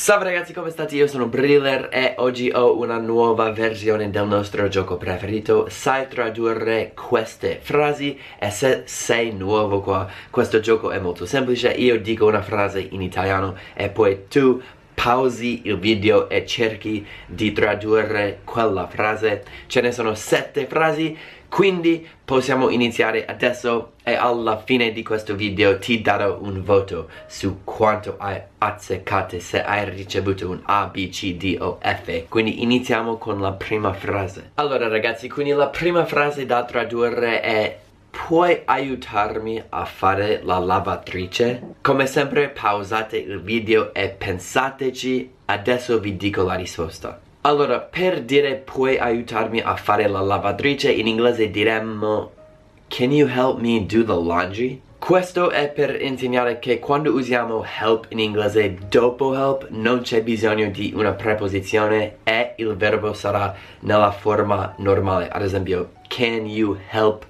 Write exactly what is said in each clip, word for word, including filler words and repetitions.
Salve ragazzi, come state? Io sono Briller e oggi ho una nuova versione del nostro gioco preferito. Sai tradurre queste frasi e se sei nuovo qua, questo gioco è molto semplice. Io dico una frase in italiano e poi tu pausi il video e cerchi di tradurre quella frase. Ce ne sono sette frasi, quindi possiamo iniziare adesso e alla fine di questo video ti darò un voto su quanto hai azzeccato, se hai ricevuto un A, B, C, D o F. Quindi iniziamo con la prima frase. Allora ragazzi, quindi la prima frase da tradurre è: puoi aiutarmi a fare la lavatrice? Come sempre pausate il video e pensateci, adesso vi dico la risposta. Allora, per dire puoi aiutarmi a fare la lavatrice, in inglese diremmo can you help me do the laundry? Questo è per insegnare che quando usiamo help in inglese dopo help non c'è bisogno di una preposizione e il verbo sarà nella forma normale. Ad esempio, can you help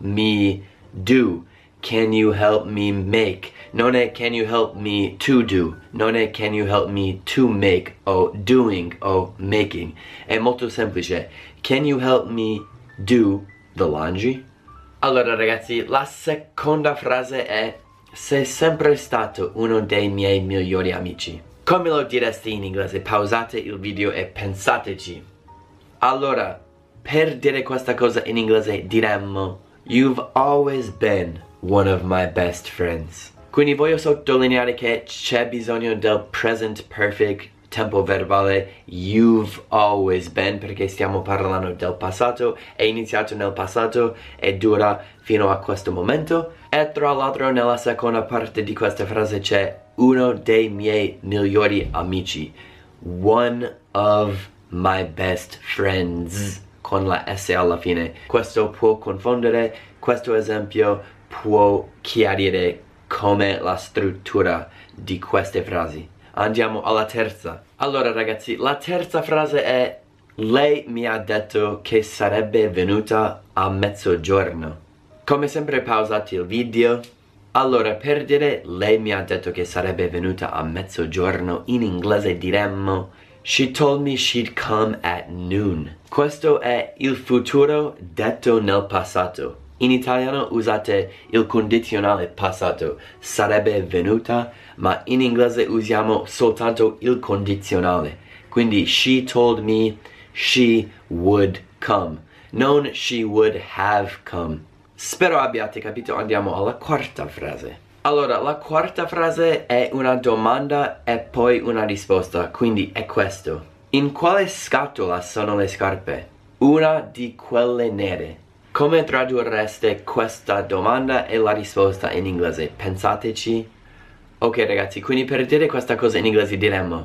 me do? Can you help me make? Non è can you help me to do, non è can you help me to make o doing o making. È molto semplice. Can you help me do the laundry? Allora ragazzi, la seconda frase è: sei sempre stato uno dei miei migliori amici. Come lo diresti in inglese? Pausate il video e pensateci. Allora, per dire questa cosa in inglese diremmo you've always been one of my best friends. Quindi voglio sottolineare che c'è bisogno del present perfect, tempo verbale, you've always been, perché stiamo parlando del passato, è iniziato nel passato e dura fino a questo momento. E tra l'altro nella seconda parte di questa frase c'è uno dei miei migliori amici, one of my best friends, con la S alla fine. Questo può confondere, questo esempio può chiarire come la struttura di queste frasi. Andiamo alla terza. Allora ragazzi, la terza frase è: lei mi ha detto che sarebbe venuta a mezzogiorno. Come sempre pausate il video. Allora, per dire lei mi ha detto che sarebbe venuta a mezzogiorno, in inglese diremmo she told me she'd come at noon. Questo è il futuro detto nel passato. In italiano usate il condizionale passato, sarebbe venuta, ma in inglese usiamo soltanto il condizionale. Quindi she told me she would come, non she would have come. Spero abbiate capito. Andiamo alla quarta frase. Allora, la quarta frase è una domanda e poi una risposta, quindi è questo: in quale scatola sono le scarpe? Una di quelle nere. Come tradurreste questa domanda e la risposta in inglese? Pensateci. Ok ragazzi, quindi per dire questa cosa in inglese diremmo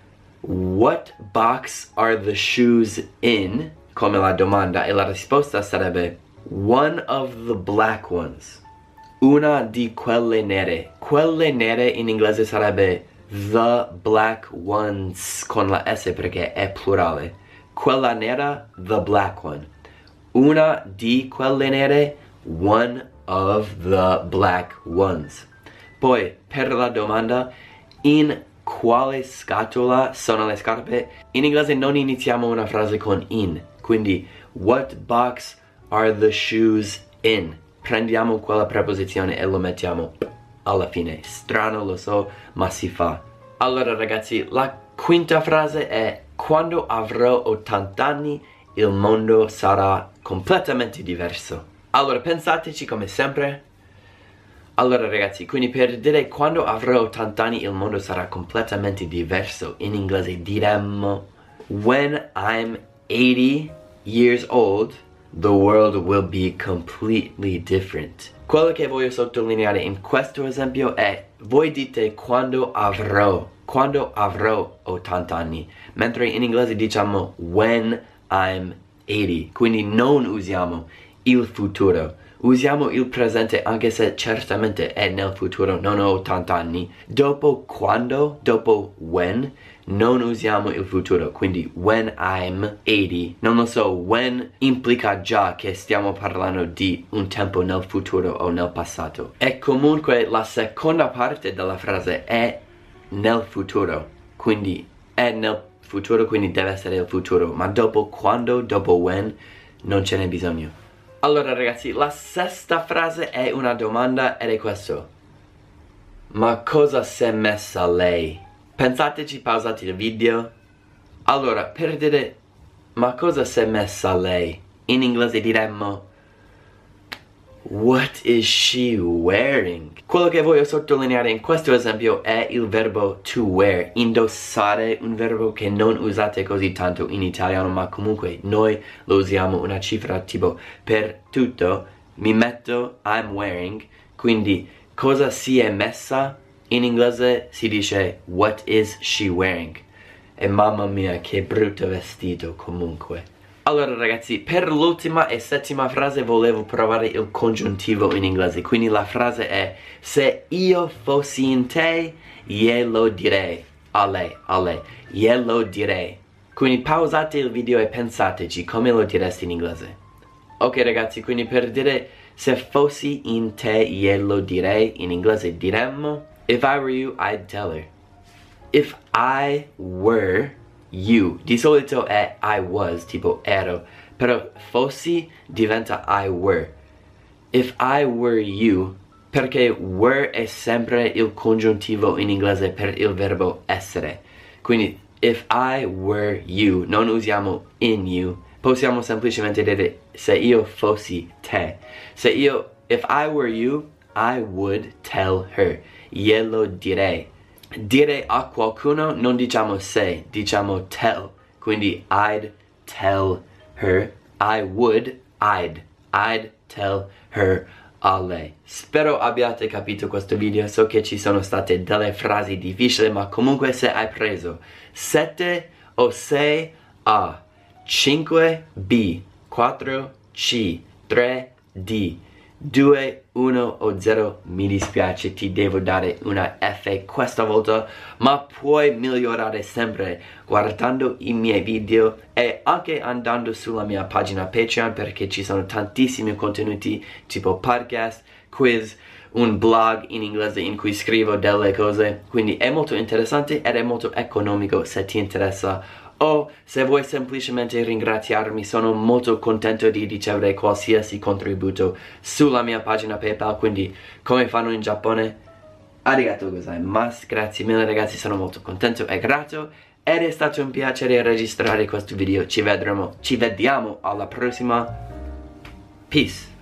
what box are the shoes in? Come la domanda, e la risposta sarebbe one of the black ones. Una di quelle nere. Quelle nere in inglese sarebbe the black ones con la S perché è plurale. Quella nera, the black one. Una di quelle nere, one of the black ones. Poi, per la domanda, in quale scatola sono le scarpe? In inglese non iniziamo una frase con in, quindi what box are the shoes in? Prendiamo quella preposizione e lo mettiamo alla fine. Strano, lo so, ma si fa. Allora ragazzi, la quinta frase è: quando avrò ottanta anni il mondo sarà completamente diverso. Allora pensateci come sempre. Allora ragazzi, quindi per dire quando avrò ottanta anni il mondo sarà completamente diverso, in inglese diremmo when I'm eighty years old the world will be completely different. Quello che voglio sottolineare in questo esempio è: voi dite quando avrò, quando avrò ottanta anni, mentre in inglese diciamo when I'm eighty, quindi non usiamo il futuro, usiamo il presente anche se certamente è nel futuro, non ho ottanta anni. Dopo quando, dopo when, non usiamo il futuro, quindi when I'm eighty, non lo so, when implica già che stiamo parlando di un tempo nel futuro o nel passato. E comunque la seconda parte della frase è nel futuro. quindi è nel futuro, quindi deve essere il futuro, ma dopo quando, dopo when, non ce n'è bisogno. Allora ragazzi, la sesta frase è una domanda ed è questo: ma cosa si è messa lei? Pensateci, pausate il video. Allora, per dire ma cosa si è messa lei, in inglese diremmo what is she wearing? Quello che voglio sottolineare in questo esempio è il verbo to wear, indossare, un verbo che non usate così tanto in italiano, ma comunque noi lo usiamo una cifra tipo per tutto. Mi metto, I'm wearing, quindi cosa si è messa? In inglese si dice what is she wearing? E mamma mia che brutto vestito comunque. Allora ragazzi, per l'ultima e settima frase volevo provare il congiuntivo in inglese. Quindi la frase è: se io fossi in te, glielo direi. A lei, a lei, glielo direi. Quindi pausate il video e pensateci come lo diresti in inglese. Ok ragazzi, quindi per dire se fossi in te glielo direi, in inglese diremmo if I were you, I'd tell her. If I were you, di solito è I was, tipo ero, però fossi diventa I were. If I were you, perché were è sempre il congiuntivo in inglese per il verbo essere. Quindi if I were you, non usiamo in you, possiamo semplicemente dire se io fossi te. Se io, if I were you, I would tell her. Glielo direi. Dire a qualcuno non diciamo se, diciamo tell. Quindi I'd tell her. I would, I'd, I'd tell her a lei. Spero abbiate capito questo video. So che ci sono state delle frasi difficili, ma comunque se hai preso sette o sei A, cinque B, quattro C, tre D, due, uno o zero, mi dispiace, ti devo dare una F questa volta, ma puoi migliorare sempre guardando i miei video e anche andando sulla mia pagina Patreon, perché ci sono tantissimi contenuti tipo podcast, quiz, un blog in inglese in cui scrivo delle cose, quindi è molto interessante ed è molto economico se ti interessa. O se vuoi semplicemente ringraziarmi, sono molto contento di ricevere qualsiasi contributo sulla mia pagina PayPal, quindi come fanno in Giappone, arigato gozaimasu, grazie mille ragazzi, sono molto contento e grato ed è stato un piacere registrare questo video. Ci vedremo, ci vediamo alla prossima. Peace.